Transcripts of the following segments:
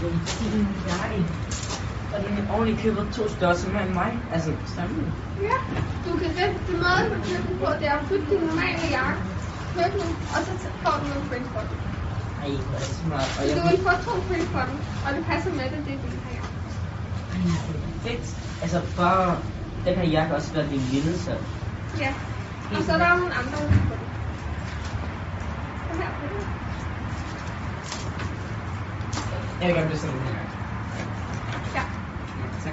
en fin jakke. Og det er ordentligt køber 2 størrelser mere end mig. Altså, sammen. Ja, du kan vente til måde på køkken på, det er at bytte din normale jakke, køkken, og så får du nogle prints for den. Ej, hvor er det smart. Og Du vil få 2 prints for den, og det passer med det, det er din her jakke. Ej, fedt. Altså, bare den her jakke også være lidt lille, så... Ja, og så er der nogle andre på den. Så her på den. Jeg vil gerne bestille den her. Ja. Tak.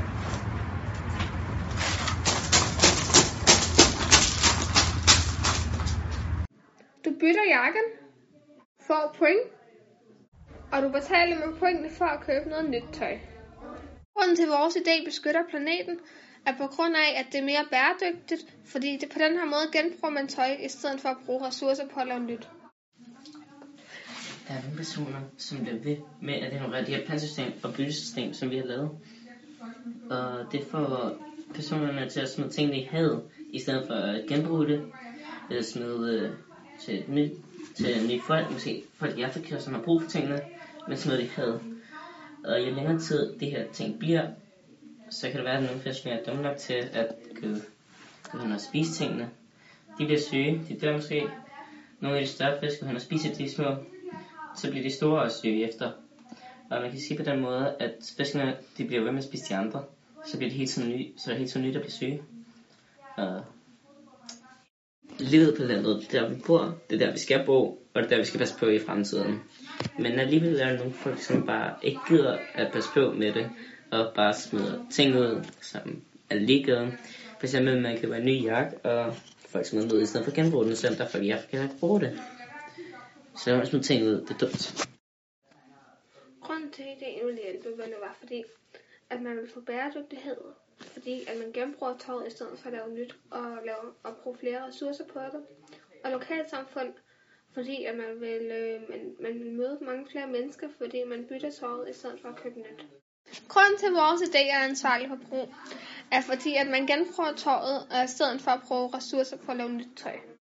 Du bytter jakken, får point, og du betaler med pointene for at købe noget nyt tøj. Grunden til, at vores idé beskytter planeten, er på grund af, at det er mere bæredygtigt, fordi det på den her måde genbruger man tøj, i stedet for at bruge ressourcer på at lave nyt. Der er nogle personer, som bliver ved med at ignorere det her pantsystem og byttesystem, som vi har lavet. Og det får personerne til at smide tingene i havet, i stedet for at genbruge det, eller smide til nye folk, måske folk i Afrika, som har brug for tingene, men smide det i havet. Og jo længere tid det her ting bliver, så kan det være, at nogle fisk er dumme nok til at gå hen og spise tingene. De bliver syge, de dør måske. Nogle af de større fisk går hen og spiser de små, så bliver de store og syge efter. Og man kan sige på den måde, at fiskene de bliver ved med at spise de andre, så bliver det helt så nyt at blive syge. Og livet på landet, det er der vi bor, det er der vi skal bo, og det er der vi skal passe på i fremtiden. Men alligevel er der nogle folk, som bare ikke gider at passe på med det, og bare smider ting ud, som er ligegaden. For eksempel, man kan være en ny jakke, og folk smider ud i stedet for at genbruge den, selvom der er folk i Afrika, der ikke bruger det. Så når man smider ting ud, det er dumt. Grunden til, at ideen ville hjælpe, ville være fordi, at man vil få bæredygtighed, fordi at man genbruger tøjet i stedet for at lave nyt, og bruge flere ressourcer på det. Og lokalsamfund, fordi at man vil møde mange flere mennesker, fordi man bytter tøjet i stedet for at købe nyt. Grunden til, at vores idé er ansvarlig forbrug, er fordi, at man genbruger tøjet, i stedet for at bruge ressourcer på at lave nyt tøj.